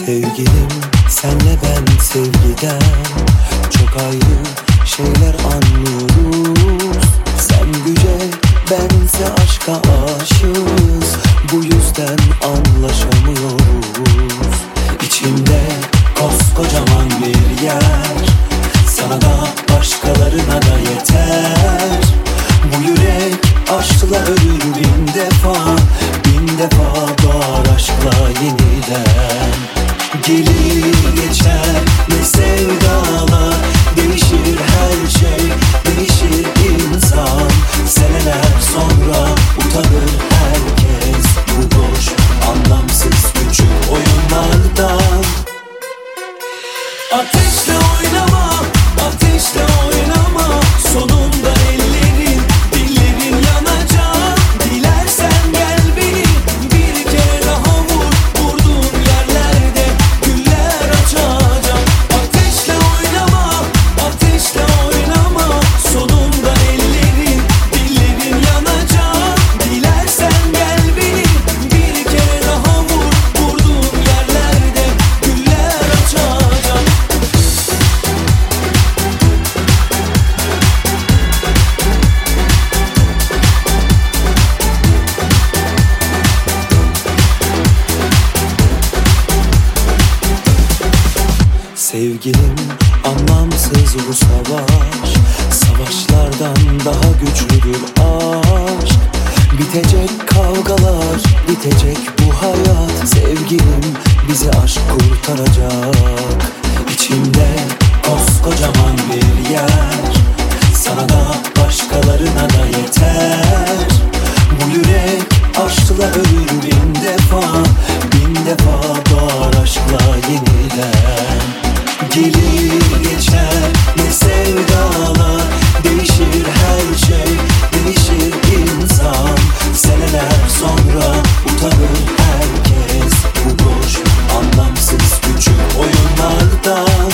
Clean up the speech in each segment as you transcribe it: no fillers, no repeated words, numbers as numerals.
Sevgilim, senle ben sevgiden çok ayrı şeyler anlıyoruz. Sen güce, bense aşka aşığız. Bu yüzden anlaşamıyoruz. İçimde koskocaman bir yer, sana da başkalarına da yeter. Bu yürek aşkla ölür bin defa, bin defa doğar aşkla yeniden. Gelir geçer ne sevdalar, değişir her şey, değişir insan. Seneler sonra utanır herkes bu boş, anlamsız küçük oyunlardan. Ateşle oynama, ateşle oynama, sonunda ellerin, dillerin yanacak. Dilersen gel beni bir kere daha vur, vurduğun yerlerde güller açacak. Ateşle oynama, ateşle oynama, sonunda ellerin, dillerin yanacak. Dilersen gel beni bir kere daha vur, vurduğun yerlerde güller açacak. Sevgilim, anlamsız bu savaş, savaşlardan daha güçlüdür aşk. Bitecek kavgalar, bitecek bu hayat. Sevgilim, bizi aşk kurtaracak. İçimde koskocaman bir yer, sana da başkalarına da yeter. Bu yürek aşkla ölür bin defa, bin defa doğar aşkla yeniden. Gelir geçer ne sevdalar, değişir her şey, değişir insan. Seneler sonra utanır herkes bu boş, anlamsız küçük oyunlardan.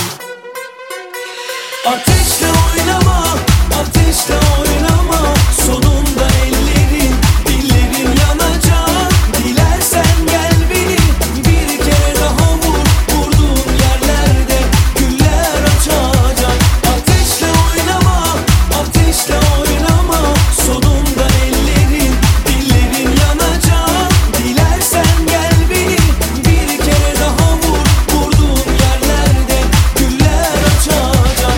Ateşle oynama, ateşle oynama, sonunda ellerin, dillerin yanacak. Dilersen gel beni bir kere daha vur, vurduğun yerlerde güller açacak. Ateşle oynama, ateşle oynama, sonunda ellerin, dillerin yanacak. Dilersen gel beni bir kere daha vur, vurduğun yerlerde güller açacak.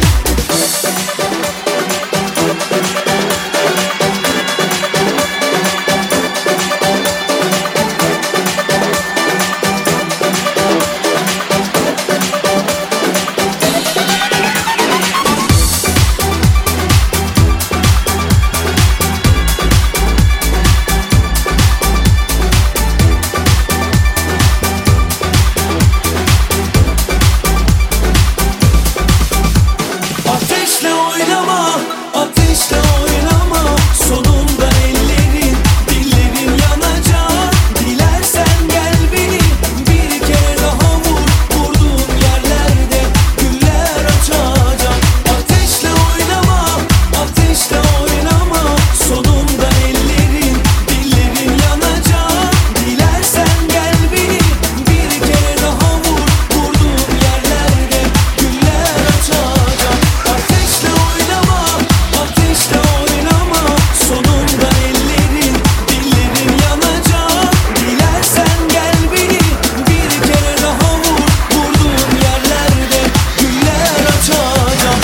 Ateşle oynama, ateşle oynama, sonunda ellerin, dillerin yanacak. Dilersen gel beni bir kere daha vur, vurduğun yerlerde güller açacak. Ateşle oynama, ateşle oynama, sonunda ellerin, dillerin yanacak. Dilersen gel beni bir kere daha vur, vurduğun yerlerde güller açacak. Ateşle oynama, ateşle oynama, sonunda ellerin, dillerin yanacak. Dilersen gel beni bir kere daha vur, vurduğun yerlerde güller açacak.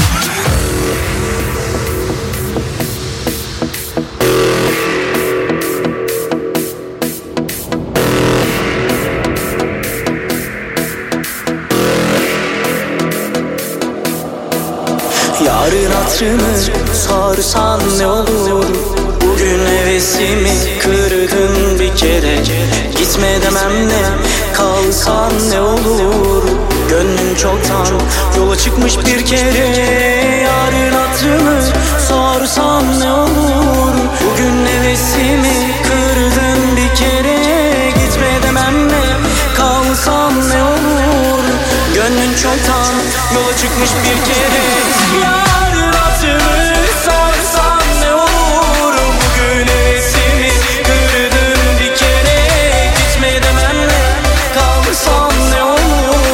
Yarın hatırımı sorsan ne olur? Bugün hevesimi kırdın bir kere. Gitme demem ne, kalsan ne olur? Gönlüm çoktan yola çıkmış bir kere. Yarın hatırımı sorsam ne olur? Bugün hevesimi kırdın bir kere. Gitme demem ne, kalsam ne olur? Gönlüm çoktan yola çıkmış bir kere. Yarın hatırımı sorsam ne olur? Bugün hevesimi kırdın bir kere. Gitme demem ne, kalsam ne olur?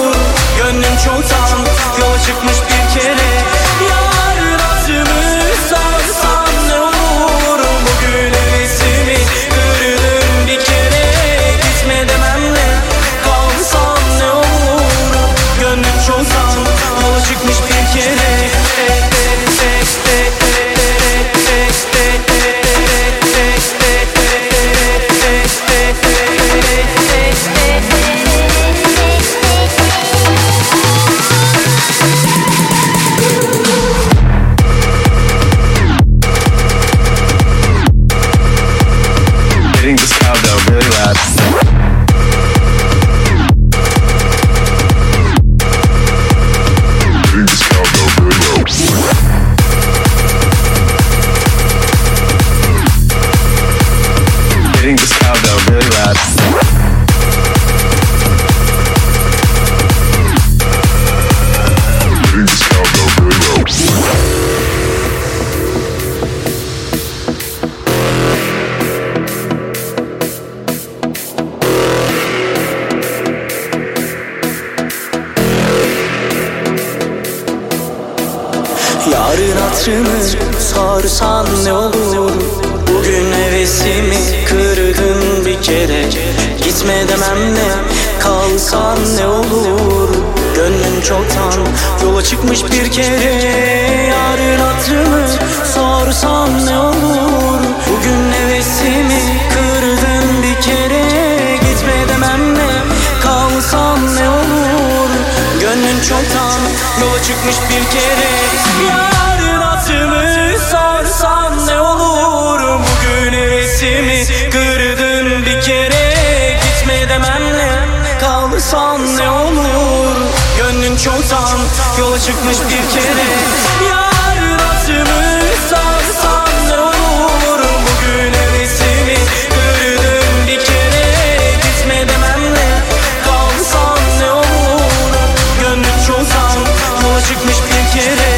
hatırımı sorsan ne olur? Bugün hevesimi kırdın bir kere. Gitme demem ne, kalsan ne olur? Gönlün çoktan yola çıkmış bir kere. Yarın hatırımı sorsan ne olur? Bugün hevesimi kırdın bir kere. Gitme demem ne, kalsan ne olur? Gönlün çoktan yola çıkmış bir kere. Yarın hatırımı sorsan ne olur? Bugün hevesimi kırdın bir kere. Gitme demem ne, kalsan ne olur? Gönlün çoktan yola çıkmış bir kere. Yarın hatırımı sorsan ne olur? Bugün hevesimi kırdın bir kere. Gitme demem ne, kalsan ne olur? Gönlün çoktan yola çıkmış bir kere.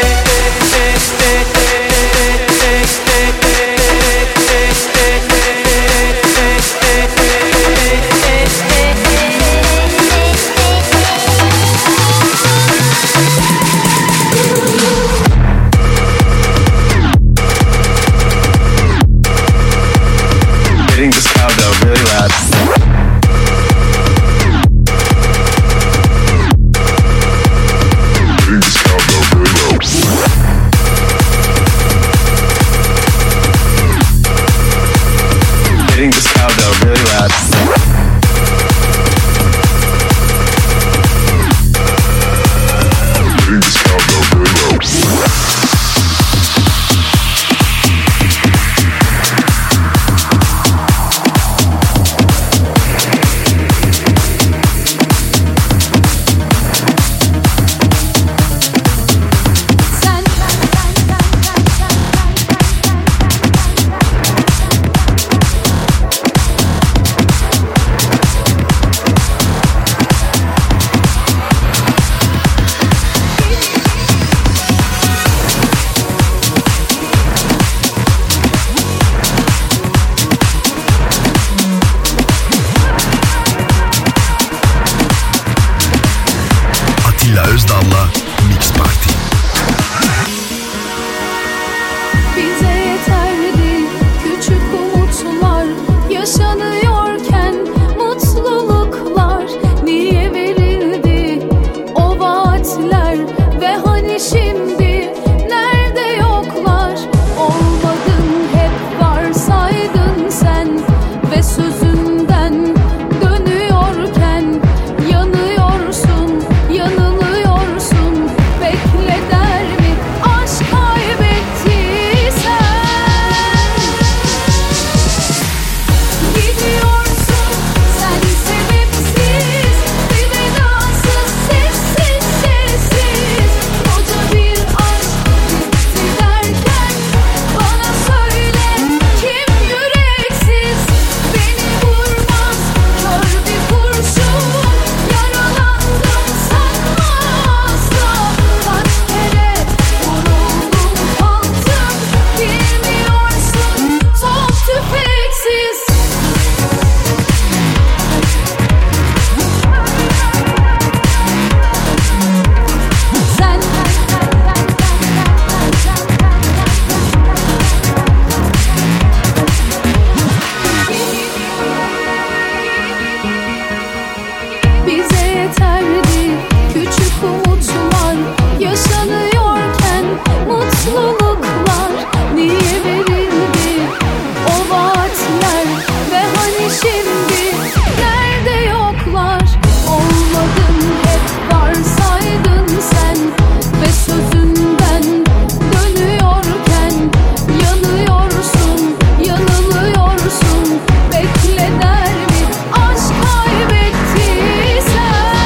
Getting this crowd out really loud. Getting this crowd out really loud. Getting this crowd out really loud. Getting this crowd out really loud. Atilla Özdal'la Mix Party. Bize yeterdi küçük umutlar, yaşanıyorken mutluluklar. Niye verildi o vaatler ve hani şimdi nerede yoklar? Olmadın hep varsaydın sen ve sözünden dönüyorken yanıyorsun, yanılıyorsun. Bekle der mi aşk kaybettiysen? Gidiyorsun sen sebepsiz, bir vedasız, sessiz sessiz. Koca bir aşk bitti derken bana söyle kim yüreksiz? Beni vurmaz kör bir kurşun, yaralandım sanma asla. Kaç kere vuruldum kalktım, bilmiyorsun top tüfeksiz. Sen bize yeterdi küçük umutlar, yaşanıyorken mutluluklar. Niye verildi o vaatler ve hani şimdi nerede yoklar? Olmadın hep varsaydın sen ve sözünden dönüyorken yanıyorsun, yanılıyorsun. Bekle der mi aşk kaybettiysen?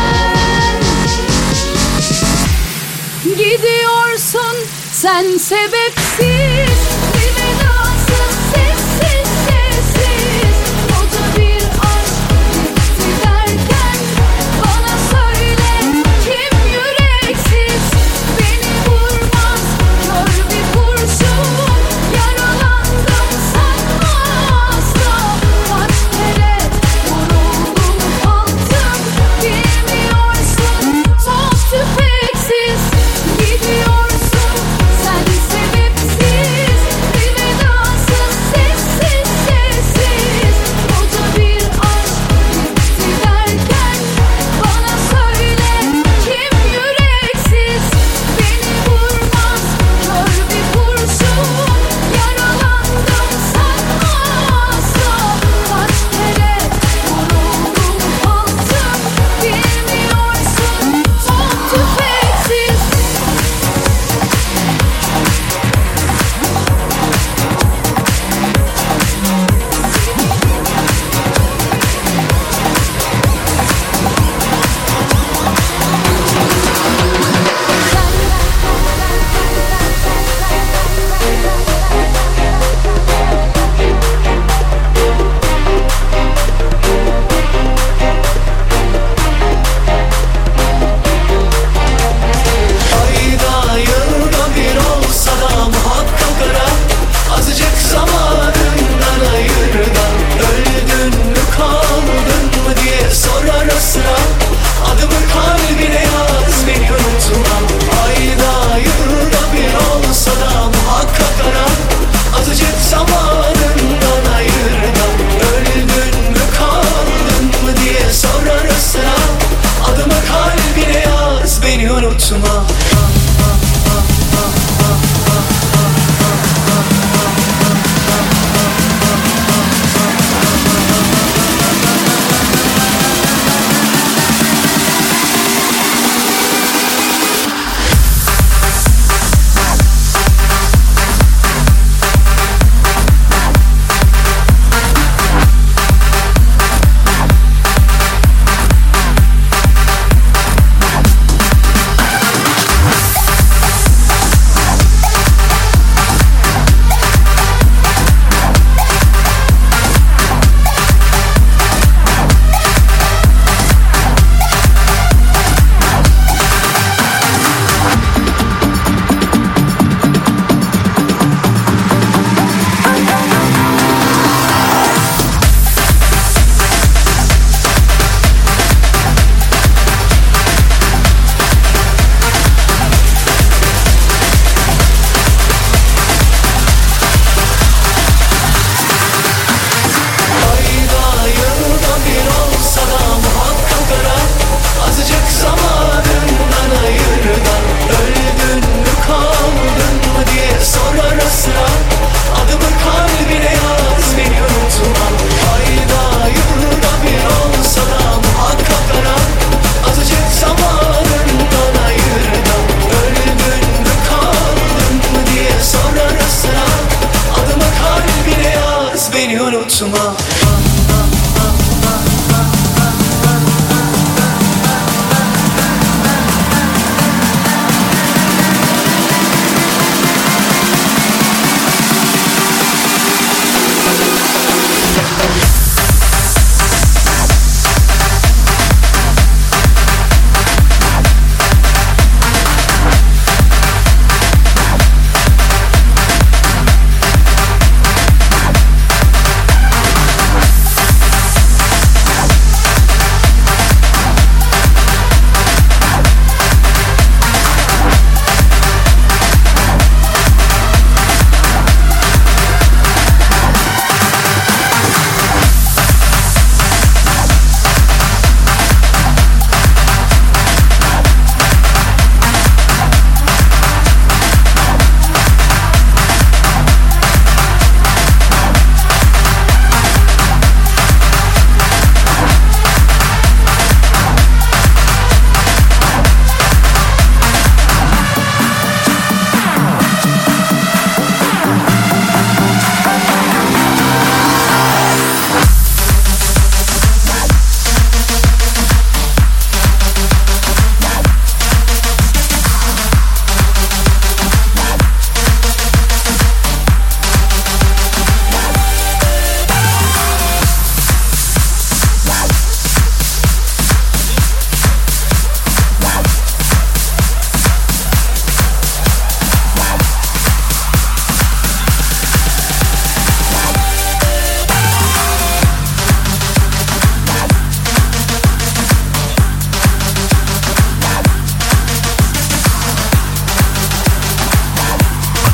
Gidiyorsun sen sebepsiz, bir vedasız, sessiz sessiz. Koca bir aşk bitti derken bana söyle kim yüreksiz? Beni vurmaz kör bir kurşun, yaralandım sanma asla. Kaç kere vuruldum kalktım, bilmiyorsun top tüfeksiz. Gidiyorsun sen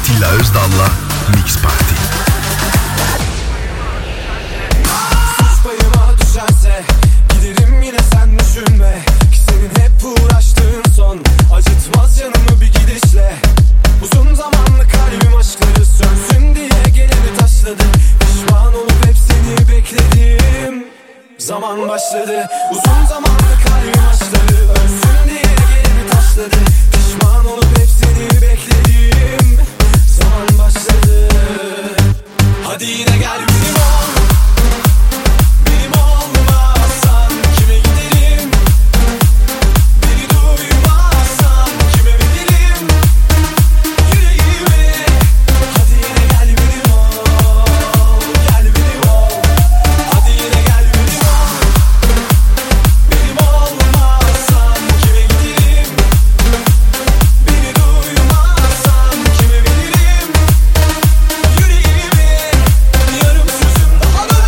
Atilla Özdal'la Mix Party. Suç payıma düşerse giderim yine sen düşünme. Ki senin hep uğraştığın son acıtmaz canımı bir gidişle. Uzun zamanlı kalbim aşkları sönsün diye geleni taşladı. Pişman olup hep seni bekledim. Zaman başladı. Uzun zamanlı kalbim aşkları ölsün diye geleni taşladı. Pişman olup hep seni bekledim. Zaman başladı. Hadi yine gel benim ol. Benim olmazsan kime giderim? Beni duymazsan kime veririm yüreğimi? Hadi yine gel benim ol. Gel benim ol. Hadi yine gel benim ol. Benim olmazsan kime giderim? Beni duymazsan kime veririm yüreğimi? Yarım sözüm daha da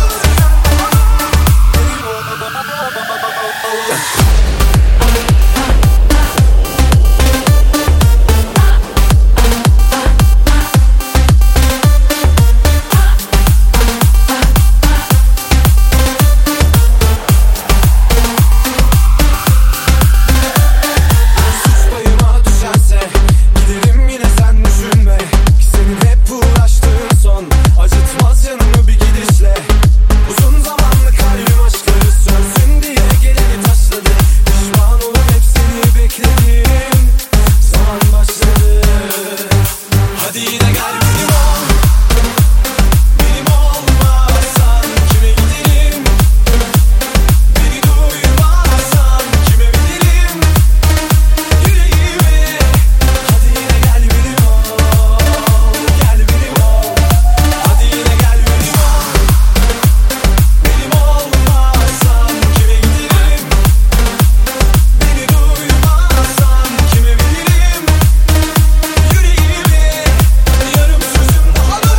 suç payıma düşerse giderim yine sen düşünme. Ki senin hep uğraştığın son acıtmaz canımı bir gidişle. Uzun zamanlı kalbim aşkları sönsün diye geleni taşladı. Pişman olup hep seni bekledim. Zaman başladı. Hadi yine gel benim ol. Benim olmazsan kime giderim? Beni duymazsan kime veririm yüreğimi? Hadi yine gel benim ol. Gel benim ol. Hadi yine gel benim ol. Benim olmazsan kime giderim? Beni duymazsan kime veririm yüreğimi? Yarım sözüm daha da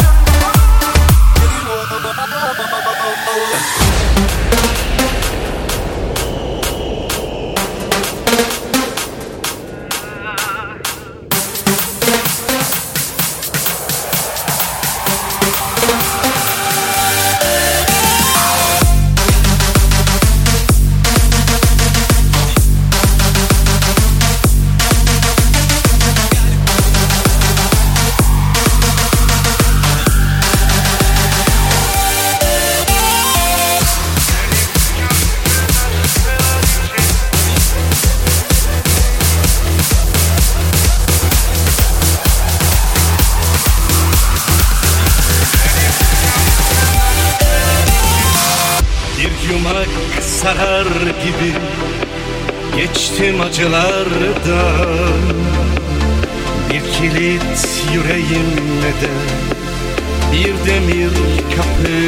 benim ol. Bir yumak sarar gibi geçtim acılardan. Bir kilit yüreğimle de bir demir kapı.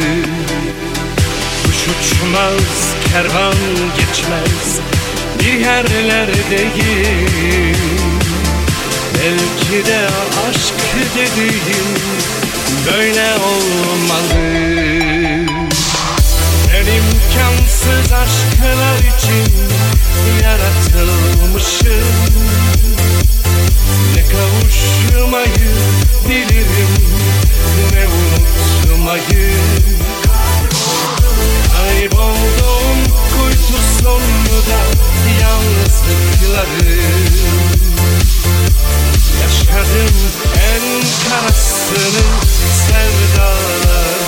Kuş uçmaz, kervan geçmez bir yerlerdeyim. Belki de aşk dediğim böyle olmalı. Ben imkansız aşklar için yaratılmışım. Ne kavuşmayı bilirim, ne unutmayı. Kayboldum kuytu sonunda yalnızlıkları. Yaşadım en karasını sevdaları.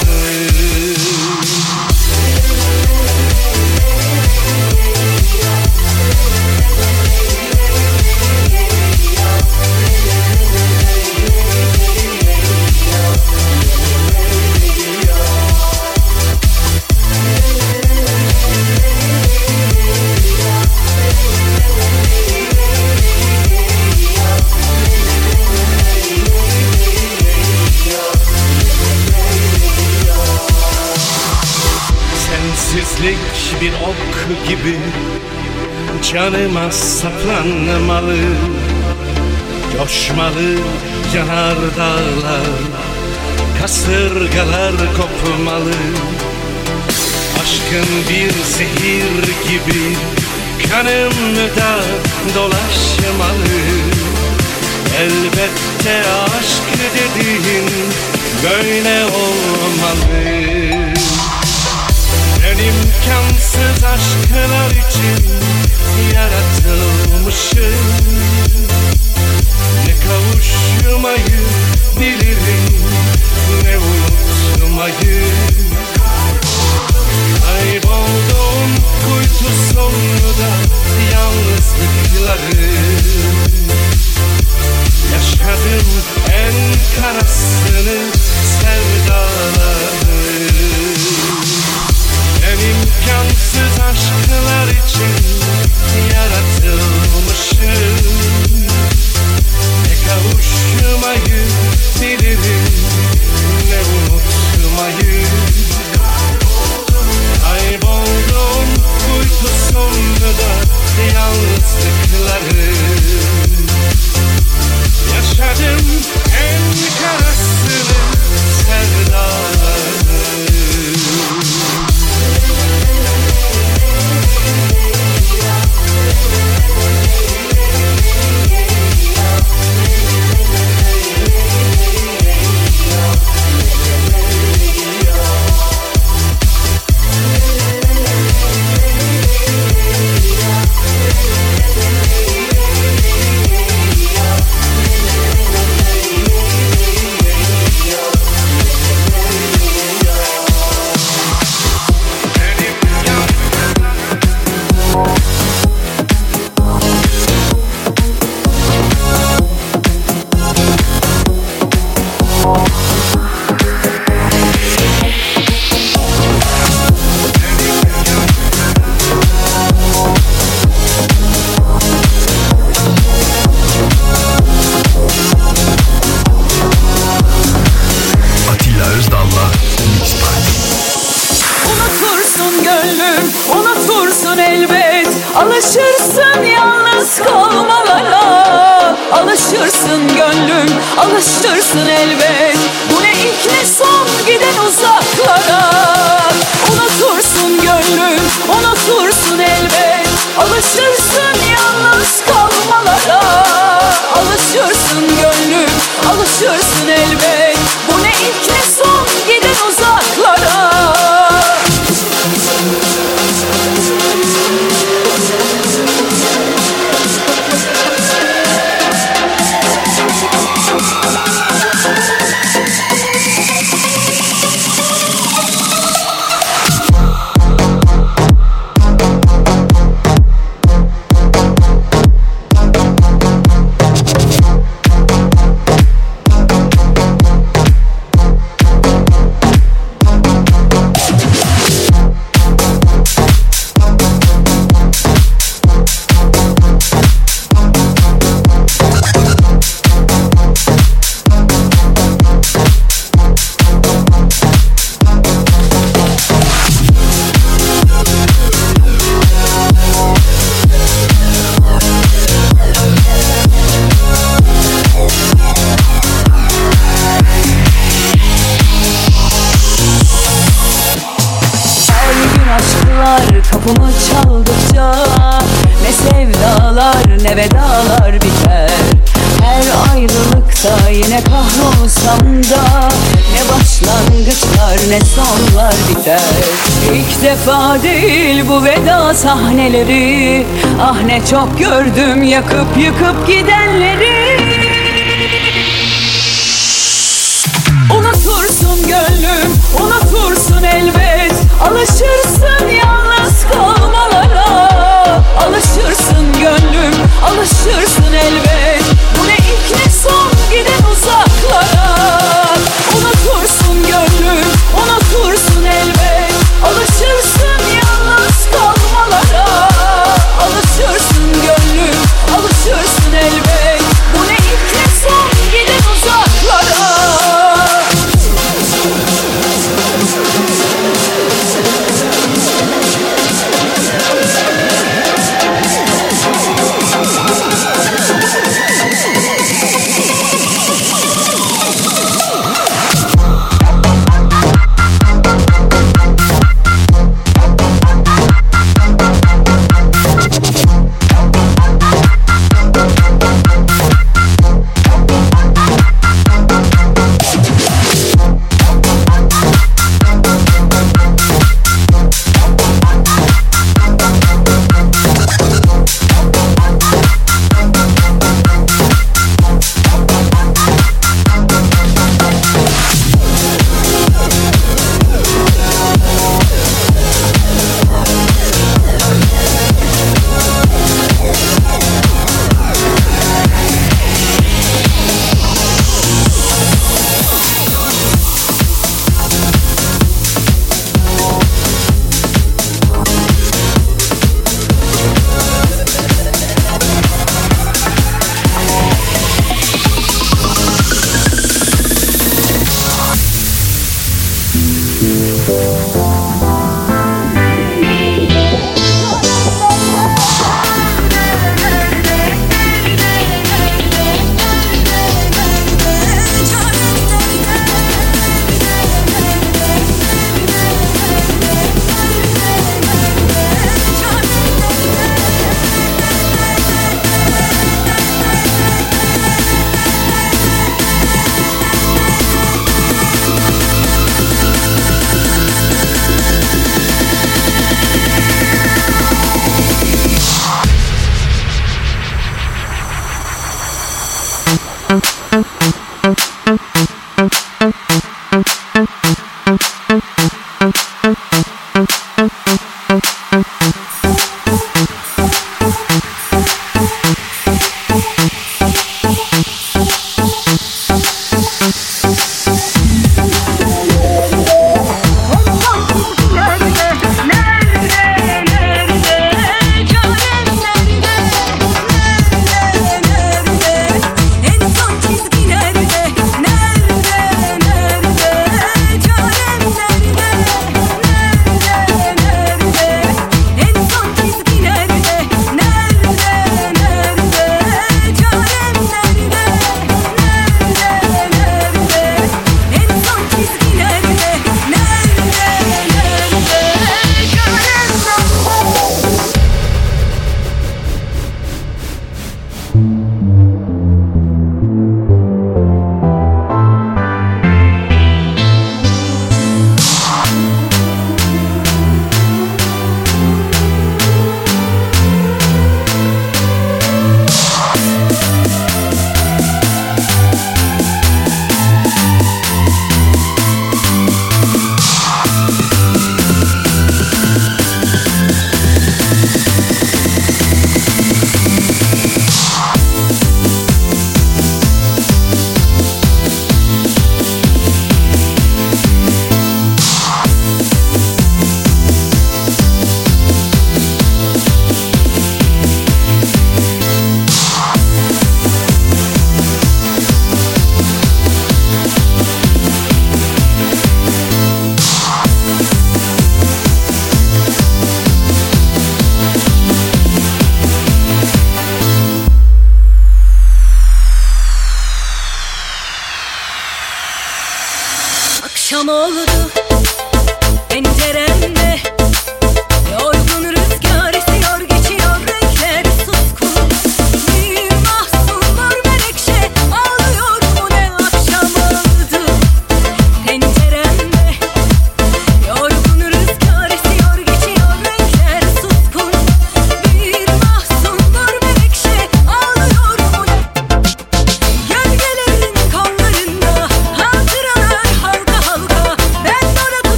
Sensizlik bir ok gibi canıma saplanmalı. Coşmalı yanar dağlar, kasırgalar kopmalı. Aşkın bir zehir gibi kanımda dolaşmalı. Elbette aşk dediğin böyle olmalı. Ben imkansız aşklar için yaratılmışım. Ne kavuşmayı bilirim, ne unutmayı. Kayboldum kuytu sonunda yalnızlıkları. Yaşadım en karasını, sevdaları. Ben imkansız aşklar için yaratılmışım. Ne kavuşmayı bilirim, ne unutmayı. Kayboldum kuytu sonunda yalnızlıkları. Yaşadım en karasını, sevdaları. Alışırsın yalnız kalmalara, alışırsın gönlüm, alıştırsın elbet. Bu ne ilk ne son giden uzaklara. Unutursun gönlüm, unutursun elbet. Alışırsın yalnız kalmalara, alışırsın gönlüm, alışırsın elbet. Bu ne ilk ne son giden uzaklara. Kapımı çaldıkça ne sevdalar ne vedalar biter. Her ayrılıkta yine kahrolsam da ne başlangıçlar ne sonlar biter. İlk defa değil bu veda sahneleri. Ah ne çok gördüm yakıp yıkıp gidenleri. Unutursun gönlüm, unutursun elbet. Alışırsın yalnız kalmalara, alışırsın gönlüm, alışırsın elbet. Bu ne ilk ne son giden uzaklara. Unutursun gönlüm, unutursun elbet. Alışırsın yalnız kalmalara, alışırsın gönlüm, alışırsın elbet. Bu ne ilk ne son giden uzaklara.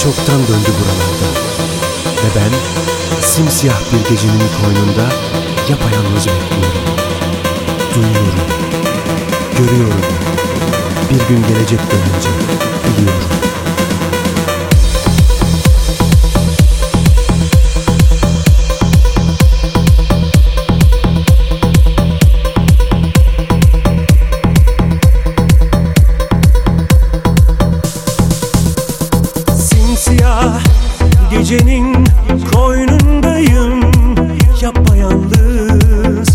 çoktan döndü buralarda ve ben simsiyah bir gecenin koynunda yapayalnız bekliyorum. Duyuyorum, görüyorum, bir gün gelecek dönünce biliyorum. Simsiyah gecenin koynundayım, yapayalnız.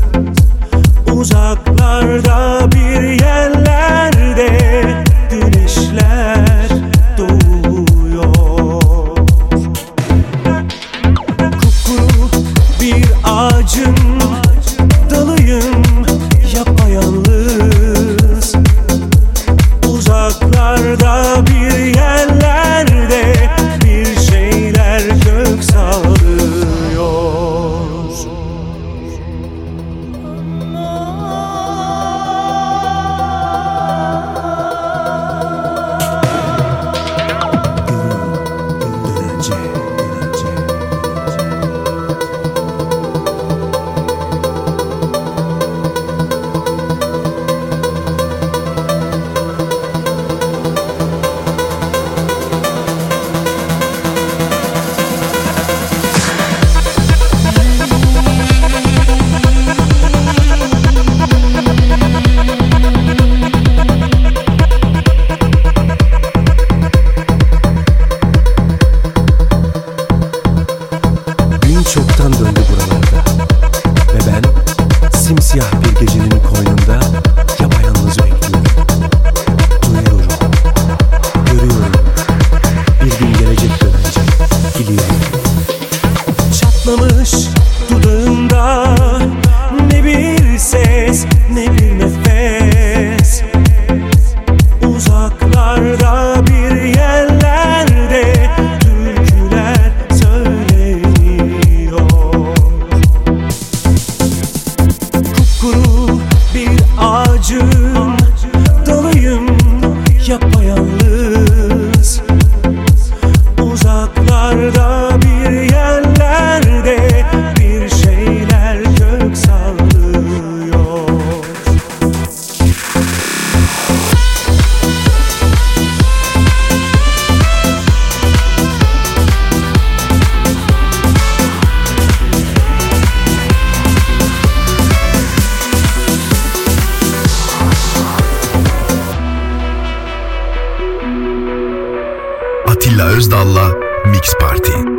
Uzaklarda bir yerlerde güneşler doğuyor. Kupkuru bir ağacın dalıyım, yapayalnız. Uzaklarda bir yerlerde bir şeyler kök sallıyor. Çoktan döndü buralarda ve ben simsiyah bir gecenin koynunda yapayalnız bekliyorum. Duyuyorum, görüyorum, bir gün gelecek dönünce biliyorum. Çatlamış dudağımda ne bir ses ne bir nefes. Uzaklarda bir yerlerde türküler söyleniyor. Kupkuru bir ağacın dalıyım, yapayalnız. Uzaklarda bir yerlerde bir şeyler kök sallıyor. Atilla Özdal'la Mix Party.